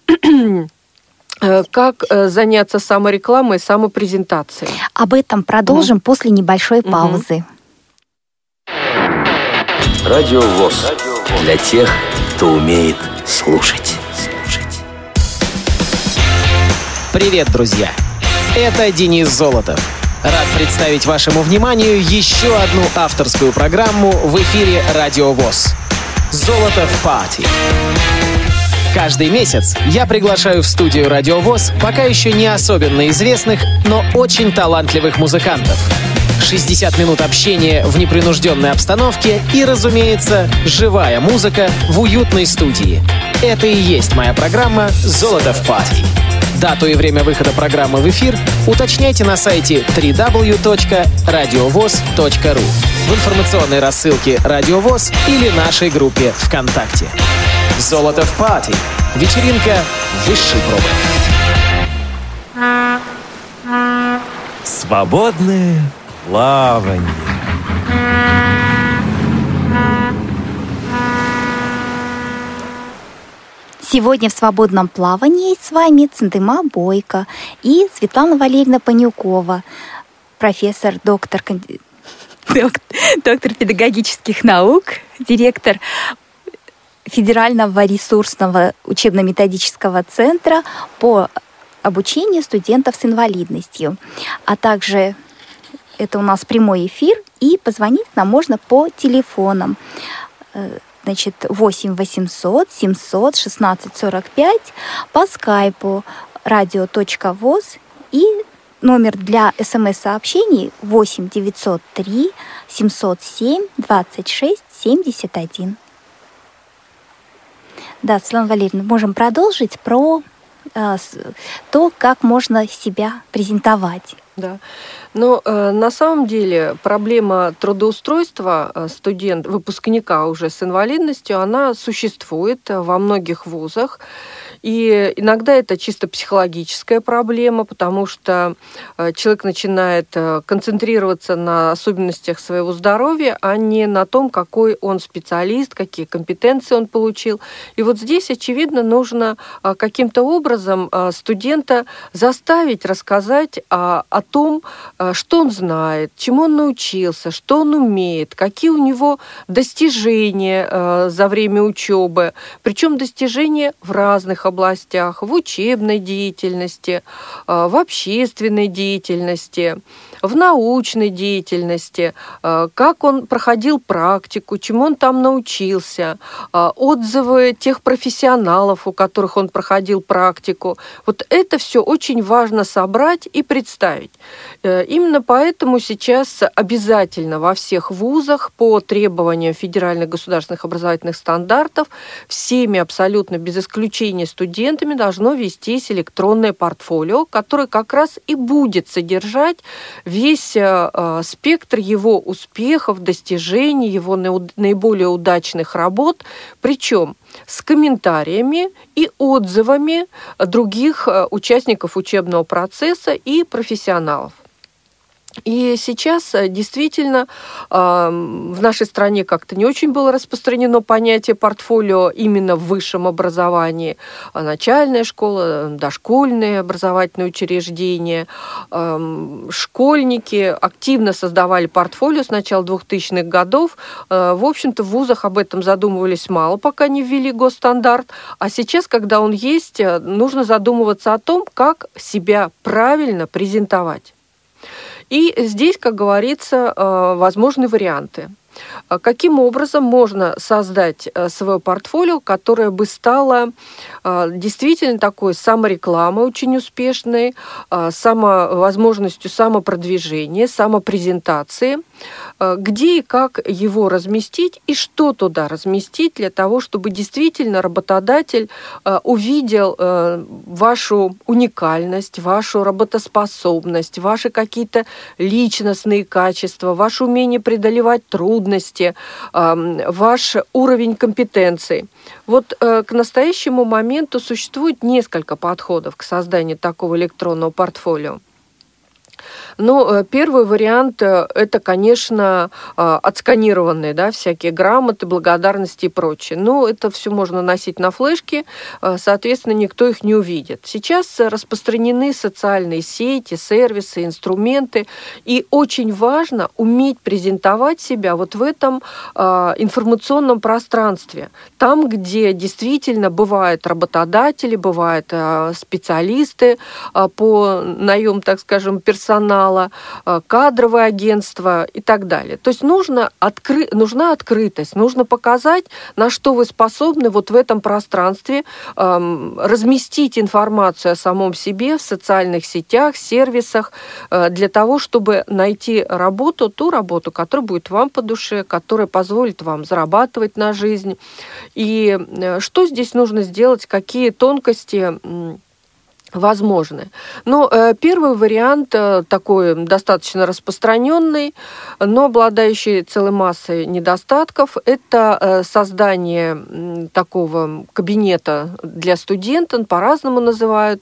как заняться саморекламой, самопрезентацией. Об этом продолжим после небольшой паузы. Радио ВОС. Для тех, кто умеет слушать. Привет, друзья! Это Денис Золотов. Рад представить вашему вниманию еще одну авторскую программу в эфире Радио ВОС. «Золотов Пати». Каждый месяц я приглашаю в студию Радио ВОС пока еще не особенно известных, но очень талантливых музыкантов. 60 минут общения в непринужденной обстановке и, разумеется, живая музыка в уютной студии. Это и есть моя программа «Золотов Пати». Дату и время выхода программы в эфир уточняйте на сайте www.radiovoz.ru, в информационной рассылке «Радио ВОС» или нашей группе ВКонтакте. «Золотов Пати» — вечеринка высшей пробы. Свободное плавание. Сегодня в свободном плавании с вами Центыма Бойко и Светлана Валерьевна Панюкова, профессор, доктор педагогических наук, директор Федерального ресурсного учебно-методического центра по обучению студентов с инвалидностью. А также это у нас прямой эфир, и позвонить нам можно по телефонам. 8 800 700 16 45, по скайпу radio.voz и номер для смс-сообщений 8 903 707 26 71. Да, Светлана Валерьевна, можем продолжить про то, как можно себя презентовать. Да. Но на самом деле проблема трудоустройства выпускника уже с инвалидностью, она существует во многих вузах. И иногда это чисто психологическая проблема, потому что человек начинает концентрироваться на особенностях своего здоровья, а не на том, какой он специалист, какие компетенции он получил. И вот здесь, очевидно, нужно каким-то образом студента заставить рассказать о том, что он знает, чему он научился, что он умеет, какие у него достижения за время учебы, причем достижения в разных областях, в учебной деятельности, в общественной деятельности. в научной деятельности, как он проходил практику, чему он там научился, отзывы тех профессионалов, у которых он проходил практику. Вот это все очень важно собрать и представить. Именно поэтому сейчас обязательно во всех вузах по требованиям федеральных государственных образовательных стандартов всеми абсолютно без исключения студентами должно вестись электронное портфолио, которое как раз и будет содержать весь спектр его успехов, достижений, его наиболее удачных работ, причем с комментариями и отзывами других участников учебного процесса и профессионалов. И сейчас действительно в нашей стране как-то не очень было распространено понятие портфолио именно в высшем образовании. Начальная школа, дошкольные образовательные учреждения, школьники активно создавали портфолио с начала 2000-х годов. В общем-то, в вузах об этом задумывались мало, пока не ввели госстандарт. А сейчас, когда он есть, нужно задумываться о том, как себя правильно презентовать. И здесь, как говорится, возможны варианты. Каким образом можно создать свое портфолио, которое бы стало действительно такой саморекламой очень успешной, возможностью самопродвижения, самопрезентации, где и как его разместить и что туда разместить для того, чтобы действительно работодатель увидел вашу уникальность, вашу работоспособность, ваши какие-то личностные качества, ваше умение преодолевать трудности, ваш уровень компетенций. Вот к настоящему моменту существует несколько подходов к созданию такого электронного портфолио. Ну, первый вариант – это, конечно, отсканированные, да, всякие грамоты, благодарности и прочее. Но это все можно носить на флешке, соответственно, никто их не увидит. Сейчас распространены социальные сети, сервисы, инструменты, и очень важно уметь презентовать себя вот в этом информационном пространстве. Там, где действительно бывают работодатели, бывают специалисты по наему, так скажем, персонала, кадровое агентство и так далее. То есть нужна открытость, нужно показать, на что вы способны вот в этом пространстве, разместить информацию о самом себе в социальных сетях, сервисах, для того, чтобы найти работу, ту работу, которая будет вам по душе, которая позволит вам зарабатывать на жизнь. И что здесь нужно сделать, какие тонкости возможны. Но первый вариант, такой достаточно распространенный, но обладающий целой массой недостатков, это создание такого кабинета для студента, по-разному называют,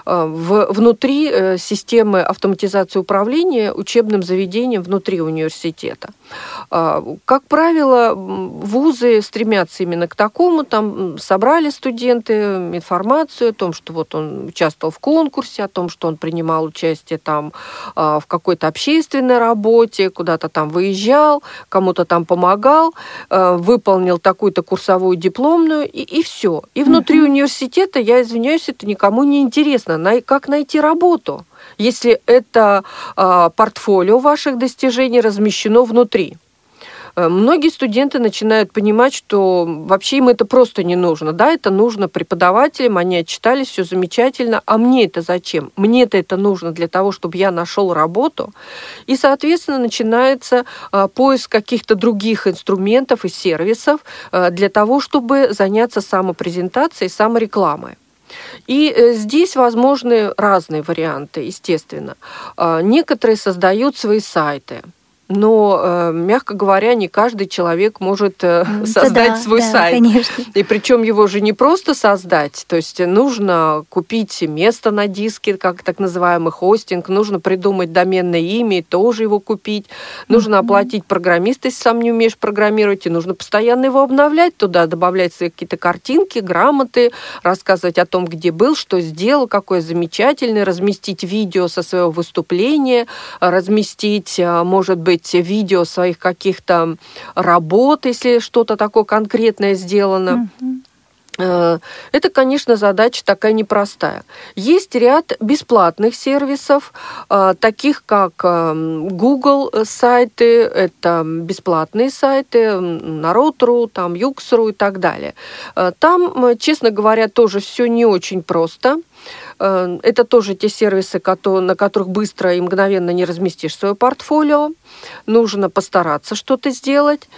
внутри системы автоматизации управления учебным заведением внутри университета. Как правило, вузы стремятся именно к такому, там собрали студенты информацию о том, что вот он участвовал в конкурсе, о том, что он принимал участие там в какой-то общественной работе, куда-то там выезжал, кому-то там помогал, выполнил такую-то курсовую дипломную, и все. И внутри университета, я извиняюсь, это никому не интересно. Как найти работу, если это портфолио ваших достижений размещено внутри? Многие студенты начинают понимать, что вообще им это просто не нужно. Да, это нужно преподавателям, они отчитались, все замечательно, а мне это зачем? Мне-то это нужно для того, чтобы я нашел работу. И, соответственно, начинается поиск каких-то других инструментов и сервисов для того, чтобы заняться самопрезентацией, саморекламой. И здесь возможны разные варианты, естественно. Некоторые создают свои сайты. Но, мягко говоря, не каждый человек может создать свой сайт. Конечно. И причем его же не просто создать, то есть нужно купить место на диске, как так называемый хостинг, нужно придумать доменное имя и тоже его купить, нужно оплатить программиста, если сам не умеешь программировать, и нужно постоянно его обновлять, туда добавлять свои какие-то картинки, грамоты, рассказывать о том, где был, что сделал, какой замечательный, разместить видео со своего выступления, разместить, может быть, видео своих каких-то работ, если что-то такое конкретное сделано. Это, конечно, задача такая непростая. Есть ряд бесплатных сервисов, таких как Google сайты, это бесплатные сайты, Народ.ру, там Юкс.ру и так далее. Там, честно говоря, тоже все не очень просто. Это тоже те сервисы, на которых быстро и мгновенно не разместишь свое портфолио. Нужно постараться что-то сделать.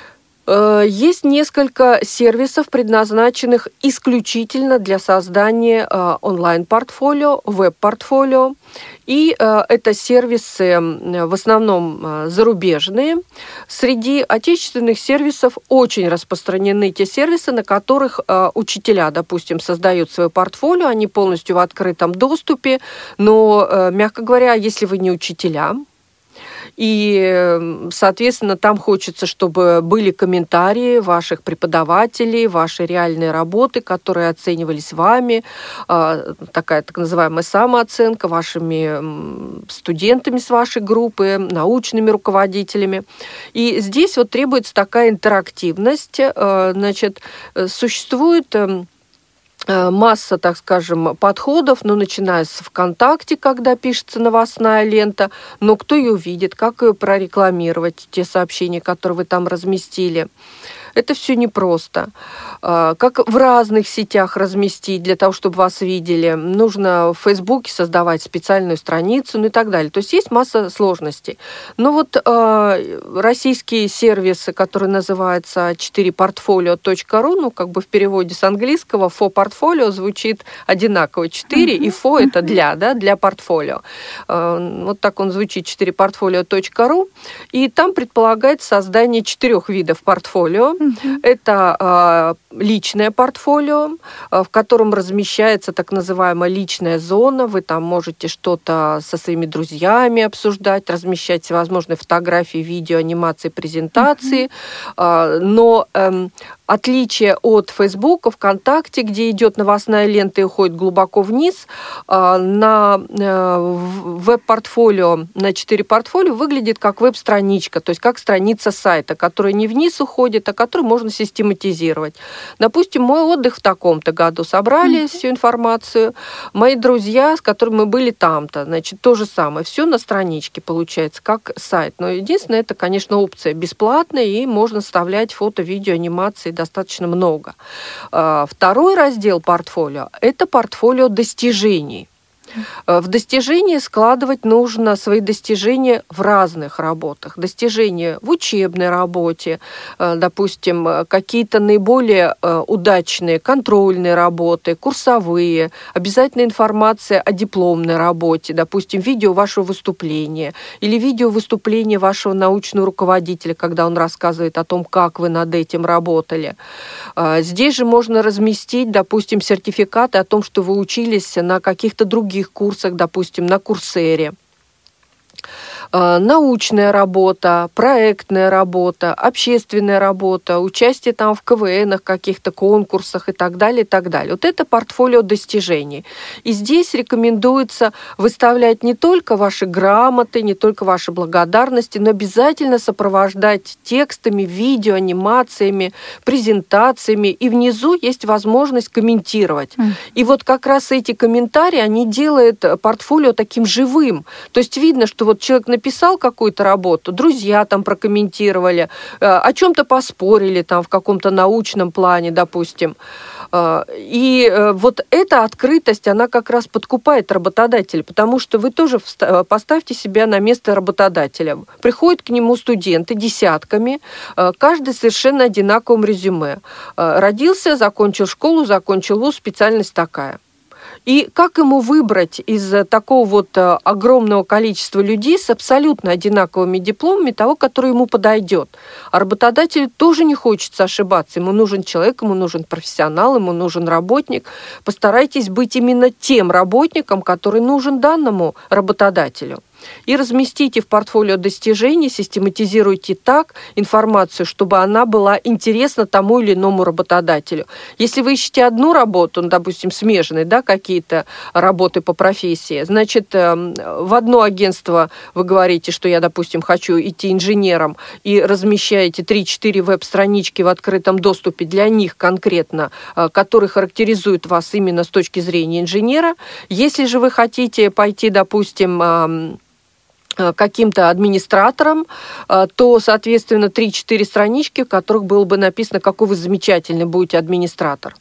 Есть несколько сервисов, предназначенных исключительно для создания онлайн-портфолио, веб-портфолио. И это сервисы в основном зарубежные. Среди отечественных сервисов очень распространены те сервисы, на которых учителя, допустим, создают свое портфолио, они полностью в открытом доступе. Но, мягко говоря, если вы не учителя, и, соответственно, там хочется, чтобы были комментарии ваших преподавателей, вашей реальной работы, которые оценивались вами, такая так называемая самооценка вашими студентами с вашей группы, научными руководителями. И здесь вот требуется такая интерактивность. Значит, существует масса, так скажем, подходов, начиная с ВКонтакте, когда пишется новостная лента, но кто ее видит, как ее прорекламировать, те сообщения, которые вы там разместили. Это все непросто. Как в разных сетях разместить для того, чтобы вас видели. Нужно в Фейсбуке создавать специальную страницу, и так далее. То есть есть масса сложностей. Но вот российский сервис, который называется 4portfolio.ru, в переводе с английского for portfolio звучит одинаково. 4 и for это для портфолио. Вот так он звучит, 4portfolio.ru. И там предполагается создание 4 видов портфолио. Это личное портфолио, в котором размещается так называемая личная зона. Вы там можете что-то со своими друзьями обсуждать, размещать всевозможные фотографии, видео, анимации, презентации. Но отличие от Фейсбука, ВКонтакте, где идет новостная лента и уходит глубоко вниз, на веб-портфолио, на 4-портфолио выглядит как веб-страничка, то есть как страница сайта, которая не вниз уходит, а которую можно систематизировать. Допустим, мой отдых в таком-то году, собрали всю информацию, мои друзья, с которыми мы были там-то, значит, то же самое, все на страничке получается, как сайт. Но единственное, это, конечно, опция бесплатная, и можно вставлять фото, видео, анимации достаточно много. Второй раздел портфолио – это портфолио достижений. В достижении складывать нужно свои достижения в разных работах. Достижения в учебной работе, допустим, какие-то наиболее удачные контрольные работы, курсовые, обязательно информация о дипломной работе, допустим, видео вашего выступления или видео выступления вашего научного руководителя, когда он рассказывает о том, как вы над этим работали. Здесь же можно разместить, допустим, сертификаты о том, что вы учились на каких-то других курсах, допустим, на Курсере. Научная работа, проектная работа, общественная работа, участие там в КВНах, каких-то конкурсах и так далее, и так далее. Вот это портфолио достижений. И здесь рекомендуется выставлять не только ваши грамоты, не только ваши благодарности, но обязательно сопровождать текстами, видео, анимациями, презентациями. И внизу есть возможность комментировать. И вот как раз эти комментарии, они делают портфолио таким живым. То есть видно, что вот человек написал какую-то работу, друзья там прокомментировали, о чем-то поспорили там в каком-то научном плане, допустим. И вот эта открытость, она как раз подкупает работодателя, потому что вы тоже поставьте себя на место работодателя. Приходят к нему студенты десятками, каждый совершенно одинаковым резюме. Родился, закончил школу, закончил вуз, специальность такая. И как ему выбрать из такого вот огромного количества людей с абсолютно одинаковыми дипломами того, который ему подойдет? А работодателю тоже не хочется ошибаться. Ему нужен человек, ему нужен профессионал, ему нужен работник. Постарайтесь быть именно тем работником, который нужен данному работодателю. и разместите в портфолио достижений, систематизируйте так информацию, чтобы она была интересна тому или иному работодателю. Если вы ищете одну работу, допустим, смежные, какие-то работы по профессии, значит, в одно агентство вы говорите, что я, допустим, хочу идти инженером, и размещаете 3-4 веб-странички в открытом доступе для них конкретно, которые характеризуют вас именно с точки зрения инженера. Если же вы хотите пойти, допустим, каким-то администратором, то, соответственно, 3-4 странички, в которых было бы написано, какой вы замечательный будете администратор.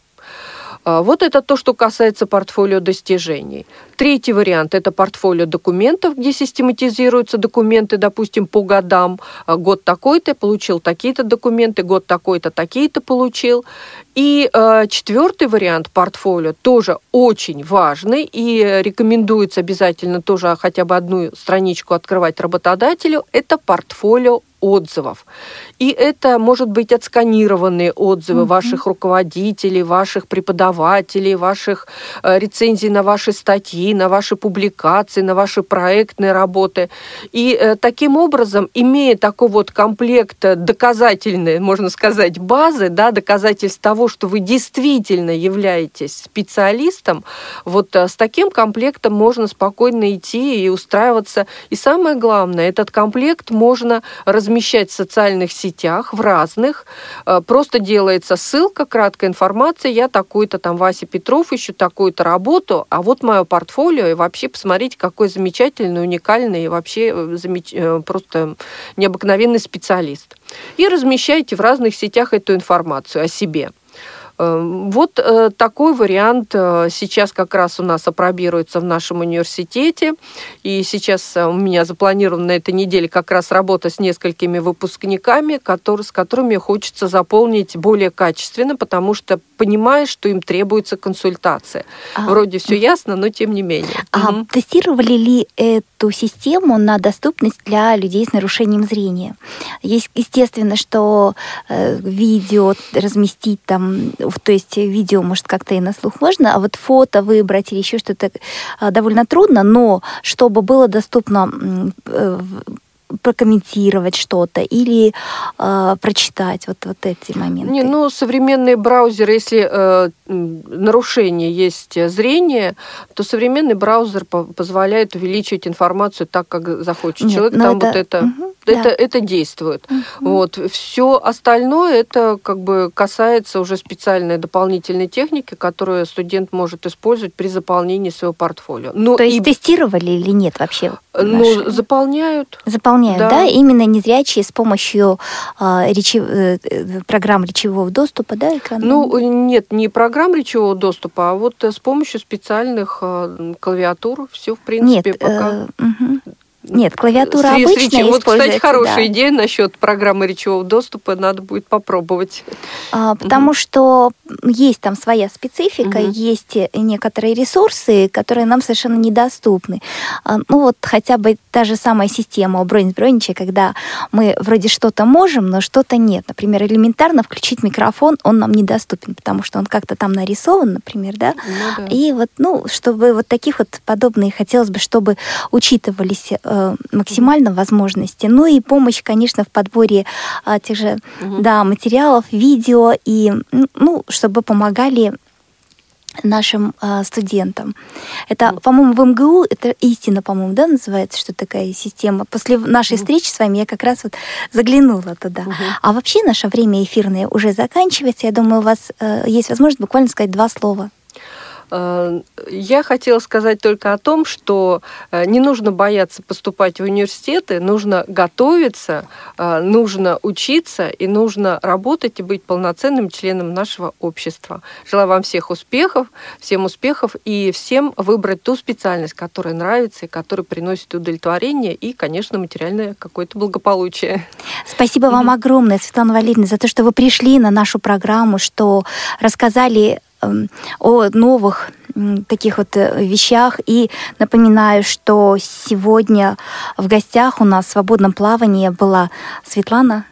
Вот это то, что касается портфолио достижений. Третий вариант – это портфолио документов, где систематизируются документы, допустим, по годам. Год такой-то получил такие-то документы, год такой-то такие-то получил. И четвертый вариант портфолио тоже очень важный и рекомендуется обязательно тоже хотя бы одну страничку открывать работодателю – это портфолио отзывов. И это может быть отсканированные отзывы ваших руководителей, ваших преподавателей, ваших рецензий на ваши статьи, на ваши публикации, на ваши проектные работы. И таким образом, имея такой вот комплект доказательной, можно сказать, базы, доказательств того, что вы действительно являетесь специалистом, вот с таким комплектом можно спокойно идти и устраиваться. И самое главное, этот комплект можно размещать в социальных сетях, в разных. Просто делается ссылка, краткая информация. Я такой-то там Вася Петров, ищу такую-то работу, а вот мое портфолио. И вообще посмотрите, какой замечательный, уникальный и вообще просто необыкновенный специалист. И размещайте в разных сетях эту информацию о себе. Вот такой вариант сейчас как раз у нас апробируется в нашем университете. И сейчас у меня запланирована на этой неделе как раз работа с несколькими выпускниками, с которыми хочется заполнить более качественно, потому что понимаешь, что им требуется консультация. Вроде все ясно, но тем не менее. Тестировали ли эту систему на доступность для людей с нарушением зрения? Есть, естественно, что видео разместить там, то есть видео, может, как-то и на слух можно, а вот фото выбрать или еще что-то довольно трудно, но чтобы было доступно прокомментировать что-то или прочитать вот эти моменты. Современные браузеры, если нарушение есть зрение, то современный браузер позволяет увеличить информацию так, как захочет человек. Там это действует. Вот. Все остальное, это как бы касается уже специальной дополнительной техники, которую студент может использовать при заполнении своего портфолио. То есть тестировали или нет вообще? Заполняют. Да? Именно незрячие с помощью программ речевого доступа, да, экрана? Нет, не программ речевого доступа, а вот с помощью специальных клавиатур. Все, в принципе, пока... Нет, клавиатура обычная используется. Вот, кстати, хорошая идея насчет программы речевого доступа, надо будет попробовать. Потому что есть там своя специфика, есть некоторые ресурсы, которые нам совершенно недоступны. Хотя бы та же самая система у Бронич-Бронича, когда мы вроде что-то можем, но что-то нет. Например, элементарно включить микрофон, он нам недоступен, потому что он как-то там нарисован, например, да? И чтобы вот таких вот подобные, хотелось бы, чтобы учитывались максимально возможности. И помощь, конечно, в подборе тех же материалов, видео, и чтобы помогали нашим студентам. Это, по-моему, в МГУ, это «Истина», по-моему, называется, что такая система. После нашей встречи с вами я как раз заглянула туда. А вообще наше время эфирное уже заканчивается. Я думаю, у вас есть возможность буквально сказать 2 слова. Я хотела сказать только о том, что не нужно бояться поступать в университеты, нужно готовиться, нужно учиться и нужно работать и быть полноценным членом нашего общества. Желаю вам всем успехов и всем выбрать ту специальность, которая нравится и которая приносит удовлетворение и, конечно, материальное какое-то благополучие. Спасибо вам огромное, Светлана Валерьевна, за то, что вы пришли на нашу программу, что рассказали о новых таких вот вещах. И напоминаю, что сегодня в гостях у нас в свободном плавании была Светлана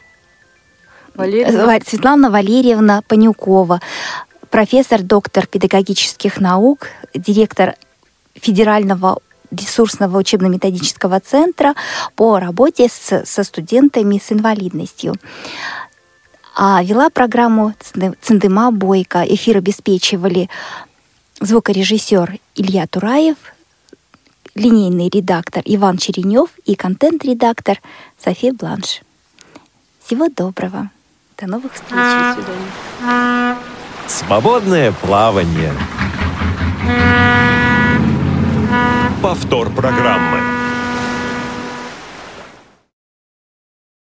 Валерьевна Панюкова, профессор, доктор педагогических наук, директор Федерального ресурсного учебно-методического центра по работе со студентами с инвалидностью. А вела программу Цендыма Бойко. Эфир обеспечивали звукорежиссер Илья Тураев, линейный редактор Иван Черенев и контент-редактор София Бланш. Всего доброго. До новых встреч. До свидания. Свободное плавание. Повтор программы.